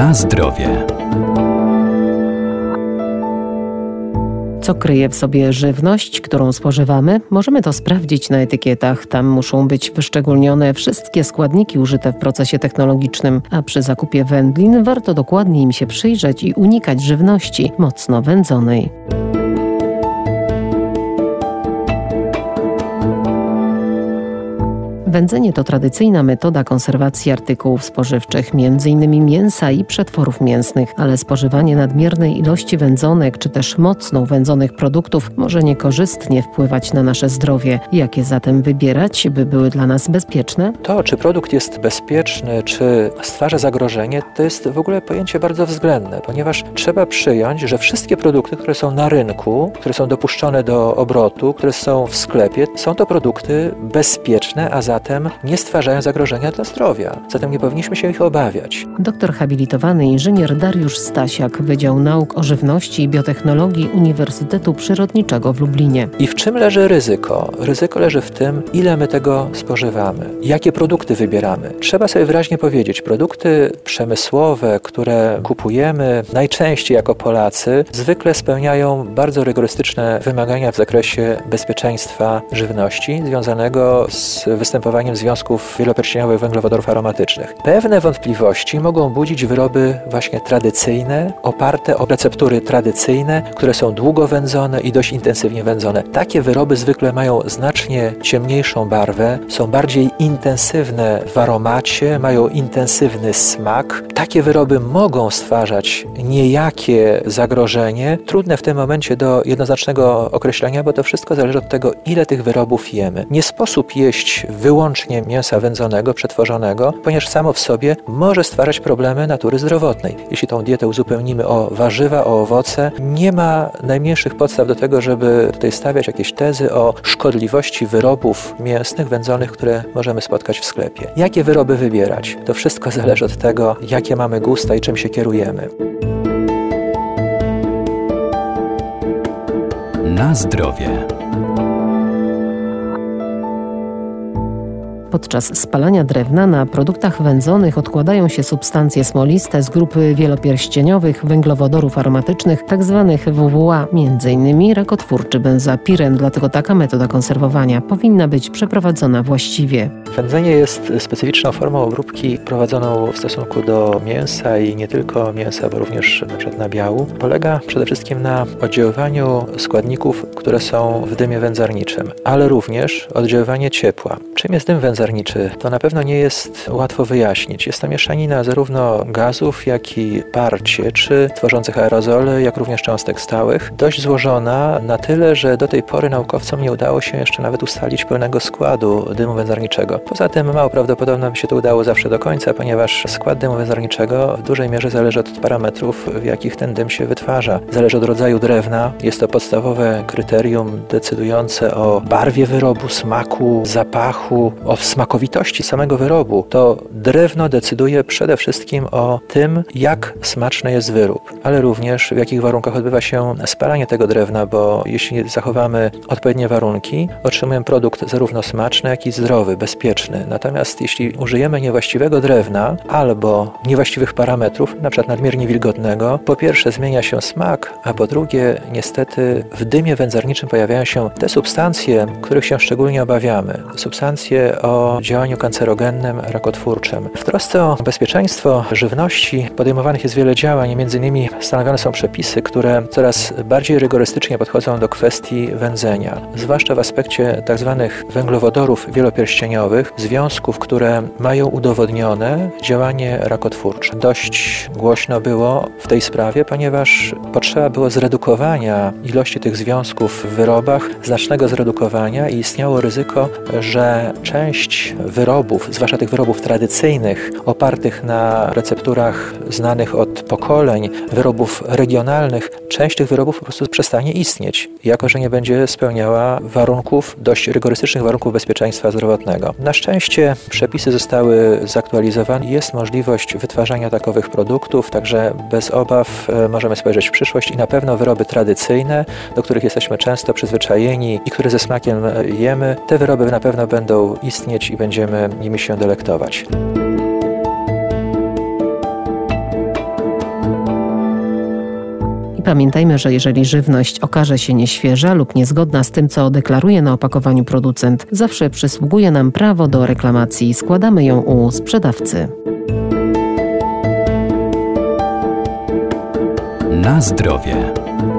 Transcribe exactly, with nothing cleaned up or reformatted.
Na zdrowie. Co kryje w sobie żywność, którą spożywamy? Możemy to sprawdzić na etykietach. Tam muszą być wyszczególnione wszystkie składniki użyte w procesie technologicznym, a przy zakupie wędlin warto dokładnie im się przyjrzeć i unikać żywności mocno wędzonej. Wędzenie to tradycyjna metoda konserwacji artykułów spożywczych, między innymi mięsa i przetworów mięsnych, ale spożywanie nadmiernej ilości wędzonek czy też mocno wędzonych produktów może niekorzystnie wpływać na nasze zdrowie. Jakie zatem wybierać, by były dla nas bezpieczne? To, czy produkt jest bezpieczny, czy stwarza zagrożenie, to jest w ogóle pojęcie bardzo względne, ponieważ trzeba przyjąć, że wszystkie produkty, które są na rynku, które są dopuszczone do obrotu, które są w sklepie, są to produkty bezpieczne, a zatem nie stwarzają zagrożenia dla zdrowia. Zatem nie powinniśmy się ich obawiać. Doktor habilitowany inżynier Dariusz Stasiak, Wydział Nauk o Żywności i Biotechnologii Uniwersytetu Przyrodniczego w Lublinie. I w czym leży ryzyko? Ryzyko leży w tym, ile my tego spożywamy, jakie produkty wybieramy. Trzeba sobie wyraźnie powiedzieć, produkty przemysłowe, które kupujemy najczęściej jako Polacy, zwykle spełniają bardzo rygorystyczne wymagania w zakresie bezpieczeństwa żywności związanego z występowaniem związków wielopierścieniowych węglowodorów aromatycznych. Pewne wątpliwości mogą budzić wyroby właśnie tradycyjne, oparte o receptury tradycyjne, które są długo wędzone i dość intensywnie wędzone. Takie wyroby zwykle mają znacznie ciemniejszą barwę, są bardziej intensywne w aromacie, mają intensywny smak. Takie wyroby mogą stwarzać niejakie zagrożenie. Trudne w tym momencie do jednoznacznego określenia, bo to wszystko zależy od tego, ile tych wyrobów jemy. Nie sposób jeść wyłącznie mięsa wędzonego, przetworzonego, ponieważ samo w sobie może stwarzać problemy natury zdrowotnej. Jeśli tą dietę uzupełnimy o warzywa, o owoce, nie ma najmniejszych podstaw do tego, żeby tutaj stawiać jakieś tezy o szkodliwości wyrobów mięsnych, wędzonych, które możemy spotkać w sklepie. Jakie wyroby wybierać? To wszystko zależy od tego, jakie mamy gusta i czym się kierujemy. Na zdrowie. Podczas spalania drewna na produktach wędzonych odkładają się substancje smoliste z grupy wielopierścieniowych węglowodorów aromatycznych, tzw. W W A, między innymi rakotwórczy benzoapiren, dlatego taka metoda konserwowania powinna być przeprowadzona właściwie. Wędzenie jest specyficzną formą obróbki prowadzoną w stosunku do mięsa i nie tylko mięsa, bo również np. nabiału. Polega przede wszystkim na oddziaływaniu składników, które są w dymie wędzarniczym, ale również oddziaływanie ciepła. Czym jest dym wędzarniczy? To na pewno nie jest łatwo wyjaśnić. Jest to mieszanina zarówno gazów, jak i par cieczy, tworzących aerozole, jak również cząstek stałych. Dość złożona na tyle, że do tej pory naukowcom nie udało się jeszcze nawet ustalić pełnego składu dymu wędzarniczego. Poza tym mało prawdopodobne by się to udało zawsze do końca, ponieważ skład dymu wędzarniczego w dużej mierze zależy od parametrów, w jakich ten dym się wytwarza. Zależy od rodzaju drewna. Jest to podstawowe kryterium decydujące o barwie wyrobu, smaku, zapachu, o smakowitości samego wyrobu. To drewno decyduje przede wszystkim o tym, jak smaczny jest wyrób, ale również w jakich warunkach odbywa się spalanie tego drewna, bo jeśli zachowamy odpowiednie warunki, otrzymujemy produkt zarówno smaczny, jak i zdrowy, bezpieczny. Natomiast jeśli użyjemy niewłaściwego drewna albo niewłaściwych parametrów, np. nadmiernie wilgotnego, po pierwsze zmienia się smak, a po drugie niestety w dymie wędzarniczym pojawiają się te substancje, których się szczególnie obawiamy. Substancje o działaniu kancerogennym, rakotwórczym. W trosce o bezpieczeństwo żywności podejmowanych jest wiele działań, między innymi stanowione są przepisy, które coraz bardziej rygorystycznie podchodzą do kwestii wędzenia, zwłaszcza w aspekcie tzw. węglowodorów wielopierścieniowych, związków, które mają udowodnione działanie rakotwórcze. Dość głośno było w tej sprawie, ponieważ potrzeba było zredukowania ilości tych związków w wyrobach, znacznego zredukowania i istniało ryzyko, że część wyrobów, zwłaszcza tych wyrobów tradycyjnych, opartych na recepturach znanych od pokoleń, wyrobów regionalnych, część tych wyrobów po prostu przestanie istnieć, jako że nie będzie spełniała warunków, dość rygorystycznych warunków bezpieczeństwa zdrowotnego. Na szczęście przepisy zostały zaktualizowane i jest możliwość wytwarzania takowych produktów, także bez obaw możemy spojrzeć w przyszłość i na pewno wyroby tradycyjne, do których jesteśmy często przyzwyczajeni i które ze smakiem jemy, te wyroby na pewno będą istnieć i będziemy nimi się delektować. I pamiętajmy, że jeżeli żywność okaże się nieświeża lub niezgodna z tym, co deklaruje na opakowaniu producent, zawsze przysługuje nam prawo do reklamacji i składamy ją u sprzedawcy. Na zdrowie.